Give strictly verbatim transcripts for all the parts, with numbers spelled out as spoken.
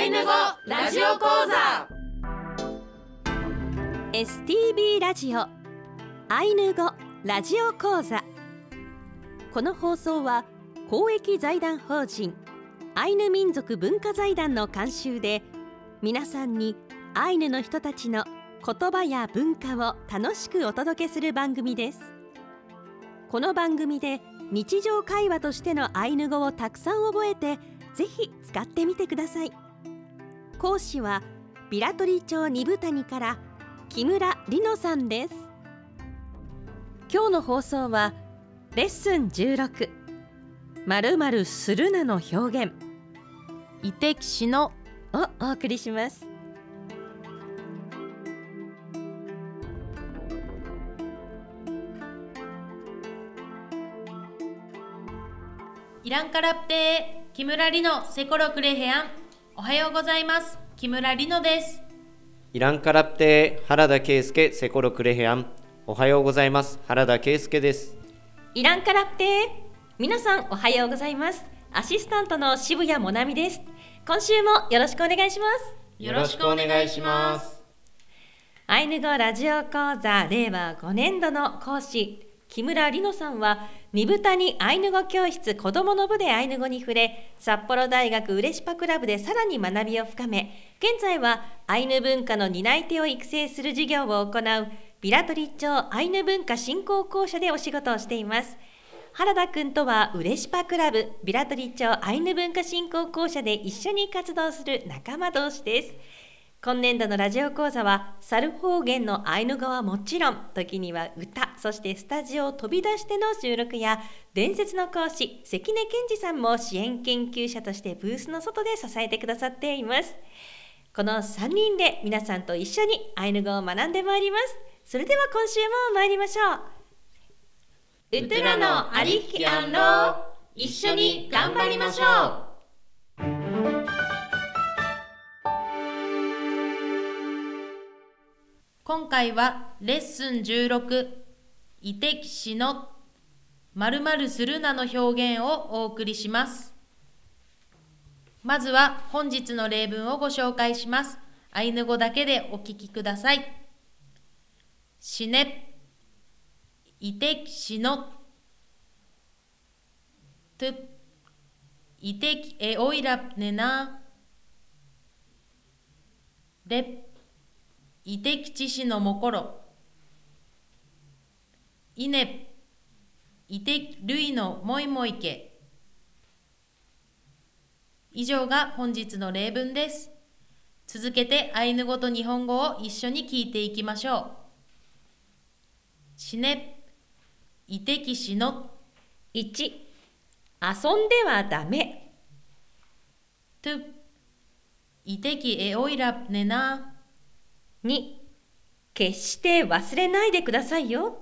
イヌ語ラジオ講座エスティービー ラジオアイヌ語ラジオ講座。この放送は公益財団法人アイヌ民族文化財団の監修で、皆さんにアイヌの人たちの言葉や文化を楽しくお届けする番組です。この番組で日常会話としてのアイヌ語をたくさん覚えて、ぜひ使ってみてください。講師はビラトリ町二部谷から木村里乃さんです。今日の放送はレッスンじゅうろく、〇〇するなの表現、 イテキシノをお送りします。 イランカラプテー木村里乃セコロクレヘアン。おはようございます。木村里乃です。 イランカラプテー原田圭介セコロクレヘアン。おはようございます。原田圭介です。 イランカラプテー皆さんおはようございます。アシスタントの渋谷もなみです。今週もよろしくお願いします。 よろしくお願いします。 アイヌ語ラジオ講座れいわごねんどの講師木村里乃さんは、二部谷アイヌ語教室子どもの部でアイヌ語に触れ、札幌大学ウレシパクラブでさらに学びを深め、現在はアイヌ文化の担い手を育成する事業を行うビラトリ町アイヌ文化振興公社でお仕事をしています。原田くんとはウレシパクラブビラトリ町アイヌ文化振興公社で一緒に活動する仲間同士です。今年度のラジオ講座は猿方言のアイヌ語はもちろん、時には歌、そしてスタジオを飛び出しての収録や、伝説の講師関根健二さんも支援研究者としてブースの外で支えてくださっています。このさんにんで皆さんと一緒にアイヌ語を学んでまいります。それでは今週も参りましょう。ウトゥラのアリヒアンロー、一緒に頑張りましょう。 今回はレッスンじゅうろく、イテキシノ〇〇するなの表現をお送りします。まずは本日の例文をご紹介します。アイヌ語だけでお聞きください。シネイテキシノトゥイテキエオイラプネナレイテキチシのもころイネイテキルイのもいもいけ。以上が本日の例文です。続けてアイヌ語と日本語を一緒に聞いていきましょう。シネイテキシノいち、遊んではダメ。 トゥイテキエオイラプネナに、決して忘れないでくださいよ。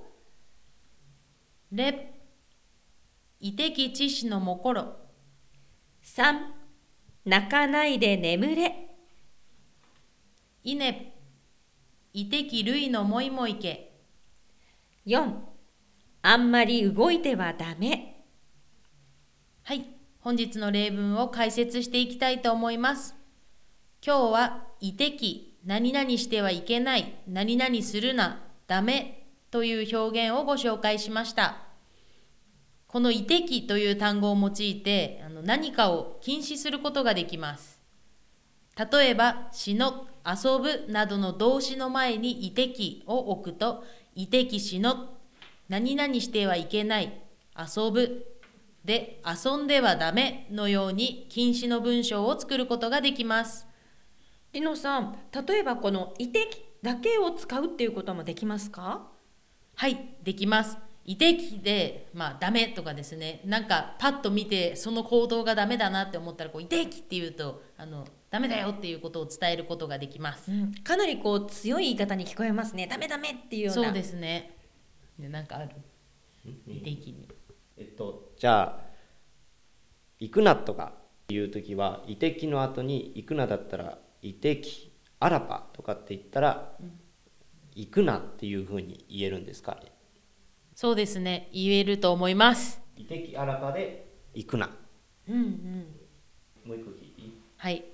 レイテキチシのもころ。 さん、泣かないで眠れ。 イネイテキルイのもいもいけ。 よん、あんまり動いてはダメ。 はい、本日の例文を解説していきたいと思います。今日はイテキ何々してはいけない、何々するな、ダメという表現をご紹介しました。このイテキという単語を用いてあの何かを禁止することができます。例えば、しの、遊ぶなどの動詞の前にイテキを置くと、イテキしの、何々してはいけない、遊ぶで遊んではダメのように禁止の文章を作ることができます。 りのさん、例えばこのイテキだけを使うっていうこともできますか？ はい、できます。イテキで、まあ、ダメとかですね、なんかパッと見てその行動がダメだなって思ったら、こうイテキって言うとあのダメだよっていうことを伝えることができます。 うん、かなりこう強い言い方に聞こえますね。ダメダメっていうような。 そうですね。でなんかある？イテキに。 えっとじゃあ行くなとかいうときは、イテキの後に行くなだったらイテキアラパとかって言ったら、うん、行くなっていうふうに言えるんですか？ そうですね、言えると思います。 イテキアラパで行くな。 うんうん。 もう一個聞いていい？ はい。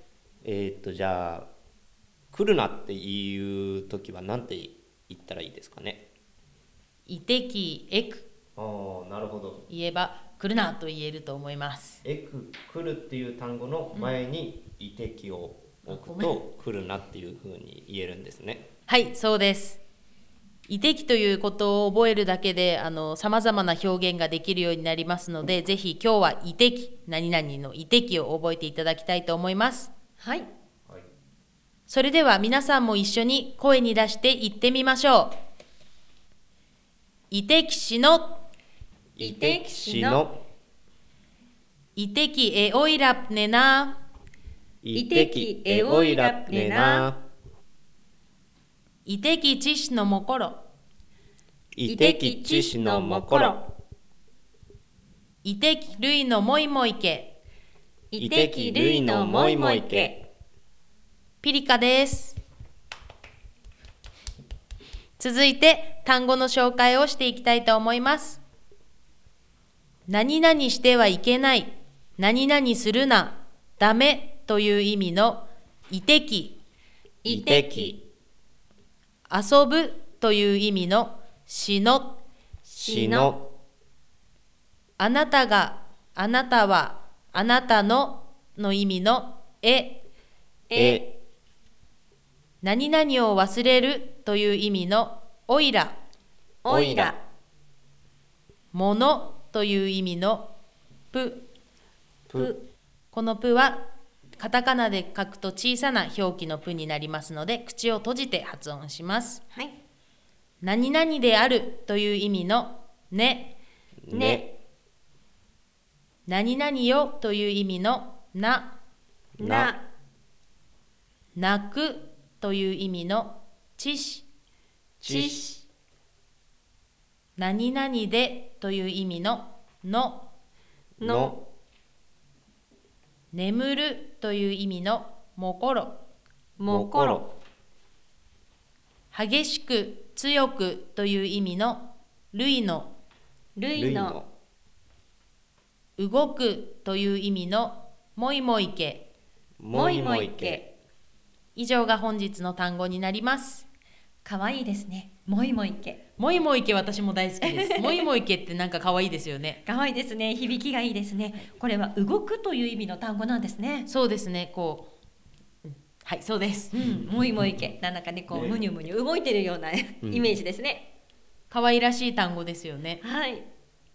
えー、っとじゃあ来るなっていう時は何て言ったらいいですかね。 いてきえくああ、なるほど。 言えば来るなと言えると思います。 えく、来るっていう単語の前にいてきを置くと、来るなっていうふうに言えるんですね。 はい、そうです。いてきということを覚えるだけでさまざまな表現ができるようになりますので、ぜひ今日はいてき、何々のいてきを覚えていただきたいと思います。 はい、 はい、 それでは皆さんも一緒に声に出して言ってみましょう。いてきしのいてきしのいてきえおいらぷねないてきえおいらぷねないてきちしのもころいてきちしのもころいてきるいのもいもいけいてきるいのもいもいけ。 ピリカです。続いて単語の紹介をしていきたいと思います。何々してはいけない、何々するな、ダメという意味のいてき、 いてき。 遊ぶという意味のしの、 しの。 あなたが、あなたは、あなたのの意味のえ、 え。 何々を忘れるという意味のおいら、 おいら。 ものという意味のぷ、 ぷ。 このぷはカタカナで書くと小さな表記のぷになりますので、口を閉じて発音します。 はい。 何々であるという意味のね、 ね。 何々よという意味のな、 な。 泣くという意味のちし、 ちし。 何々でという意味のの、 の。 眠るという意味のもころ、 もころ。 激しく強くという意味のるいの、 るいの。 動くという意味のもいもいけ。 もいもいけ。 以上が本日の単語になります。 かわいいですね。もいもいけ。 もいもいけ、私も大好きです。もいもいけってなんか可愛いですよね。 かわいいですね。響きがいいですね。これは動くという意味の単語なんですね。 そうですね。こう、うん、はい、そうです。 うん、もいもいけ。なんだかね、こうむにゅむにゅ動いてるようなイメージですね。 可愛らしい単語ですよね。 はい。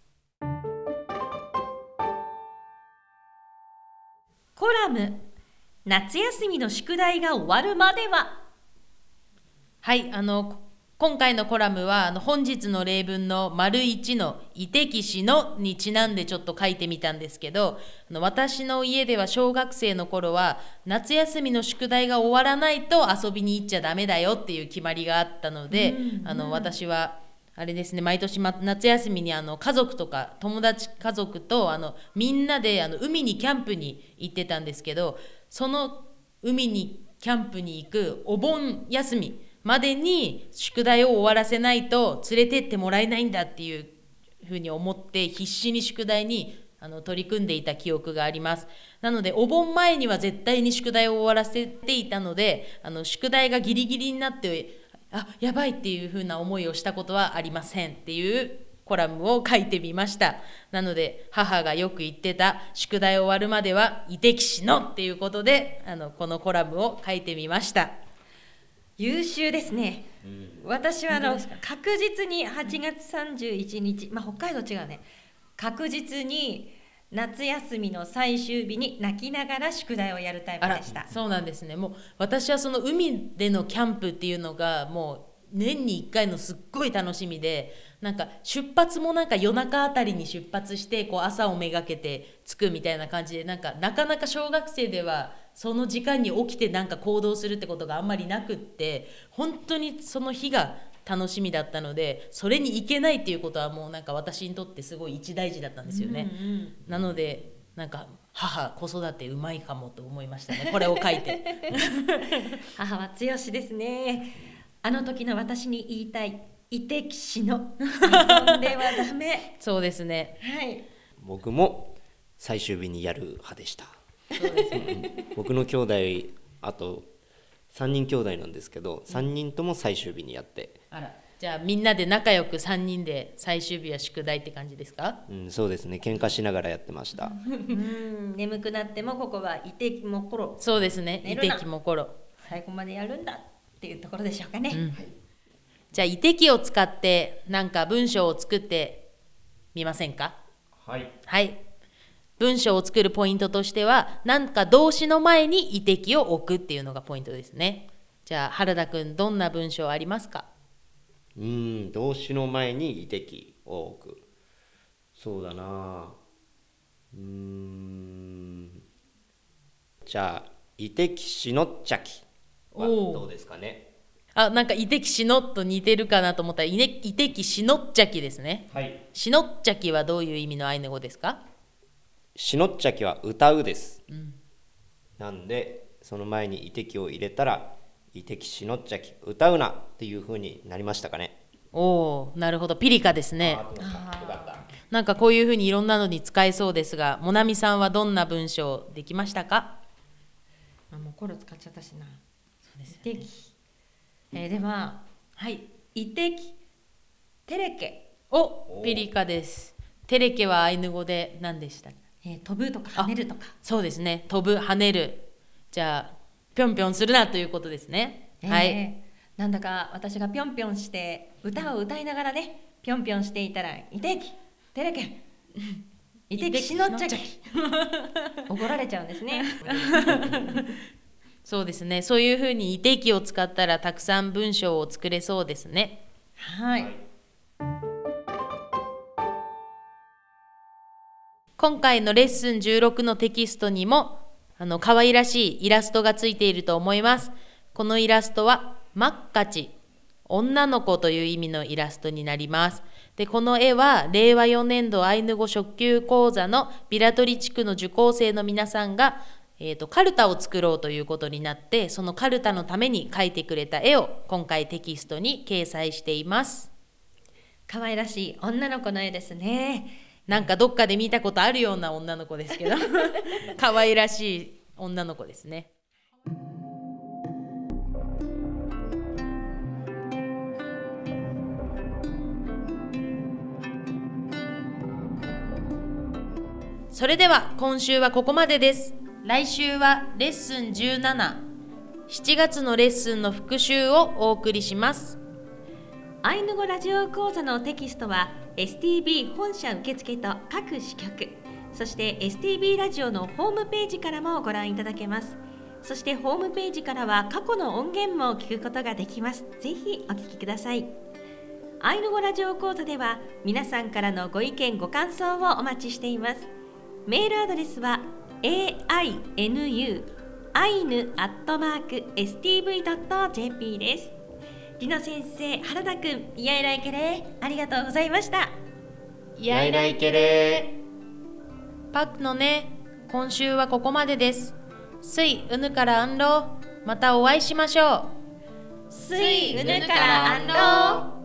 コラム、夏休みの宿題が終わるまでは。 はい、あの今回のコラムはあの本日の例文の丸一のいてきしのにちなんでちょっと書いてみたんですけど、あの私の家では小学生の頃は夏休みの宿題が終わらないと遊びに行っちゃダメだよっていう決まりがあったので、 うんうん、 あの私はあれですね、毎年、ま、夏休みにあの家族とか友達家族とあのみんなであの海にキャンプに行ってたんですけど、その海にキャンプに行くお盆休みまでに宿題を終わらせないと連れてってもらえないんだっていうふうに思って必死に宿題にあの取り組んでいた記憶があります。なのでお盆前には絶対に宿題を終わらせていたので、あの宿題がギリギリになってあやばいっていうふうな思いをしたことはありませんっていうコラムを書いてみました。なので母がよく言ってた宿題終わるまではいてきしのっていうことであのこのコラムを書いてみました。 優秀ですね、うん、私はあの確実にはちがつさんじゅういちにち、まあ、北海道違うね、確実に夏休みの最終日に泣きながら宿題をやるタイプでした。 そうなんですね。もう私はその海でのキャンプっていうのがもう年にいっかいのすっごい楽しみで、なんか出発もなんか夜中あたりに出発してこう朝をめがけて着くみたいな感じで、なんかなかなか小学生ではその時間に起きてなんか行動するってことがあんまりなくって、本当にその日が楽しみだったので、それに行けないっていうことはもうなんか私にとってすごい一大事だったんですよね、うんうん、なのでなんか母子育てうまいかもと思いましたね、これを書いて母は強しですね。あの時の私に言いたい、いてきしの遊んではダメそうですね、 はい、 僕も最終日にやる派でした。 そうですね僕の兄弟あとさんにん兄弟なんですけど、さんにんとも最終日にやって、 あら、じゃあみんなで仲良くさんにんで最終日は宿題って感じですか？ うん、そうですね、喧嘩しながらやってました。 うん眠くなってもここはいてきもころそうですね、い寝るなてきもころ、 最後までやるんだっていうところでしょうかね、 うんじゃあいてきを使ってなんか文章を作ってみませんか？ はいはい文章を作るポイントとしては、なんか動詞の前にいてきを置くっていうのがポイントですね。じゃあ原田くん、どんな文章ありますか？ うーん動詞の前にいてきを置く。そうだな、うーんじゃあいてきしのっちゃきはどうですかね。 あ、なんかいてきしのと似てるかなと思ったら、い,、ね、いてきしのっちゃきですね。 はい、 しのっちゃきはどういう意味のアイヌ語ですか？ しのっちゃきは歌うです、 うん、 なんでその前にいてきを入れたらいてきしのっちゃき歌うなっていう風になりましたかね。 おー、なるほど、ピリカですね。 あーよかった。 なんかこういうふうにいろんなのに使えそうですが、もなみさんはどんな文章できましたか？ あもうコロ使っちゃったしな。 そうですよねいてき、えー、でははいいてきテレケ、 お、ピリカです。テレケはアイヌ語で何でしたっけ？ えー、飛ぶとか跳ねるとか、 そうですね、飛ぶ、跳ねる。じゃあぴょんぴょんするなということですね、 えーはいなんだか私がぴょんぴょんして歌を歌いながらねぴょんぴょんしていたらいてきテレケいてきしのっちゃき怒られちゃうんですねそうですね、そういうふうにいてきを使ったらたくさん文章を作れそうですね。 はい、 今回のレッスンじゅうろくのテキストにもあの可愛らしいイラストがついていると思います。このイラストはマッカチ、女の子という意味のイラストになります。でこの絵はれいわよねんどアイヌ語初級講座のビラトリ地区の受講生の皆さんが、えーと、カルタを作ろうということになって、そのカルタのために描いてくれた絵を今回テキストに掲載しています。 可愛らしい女の子の絵ですね。 なんかどっかで見たことあるような女の子ですけど可愛らしい女の子ですね。それでは今週はここまでです。来週はレッスンじゅうなな、しちがつのレッスンの復習をお送りします。 アイヌ語ラジオ講座のテキストは エスティービー 本社受付と各支局、そして エスティービー ラジオのホームページからもご覧いただけます。そしてホームページからは過去の音源も聞くことができます。ぜひお聞きください。アイヌ語ラジオ講座では皆さんからのご意見ご感想をお待ちしています。メールアドレスは エーアイエヌユー アイヌ アットマーク エスティーブイ ドット ジェーピー です。りの先生、原田くん、イヤイライケレー、ありがとうございました。 イヤイライケレー。パックのね、今週はここまでです。スイウヌからアンロー、またお会いしましょう。 スイウヌからアンロー。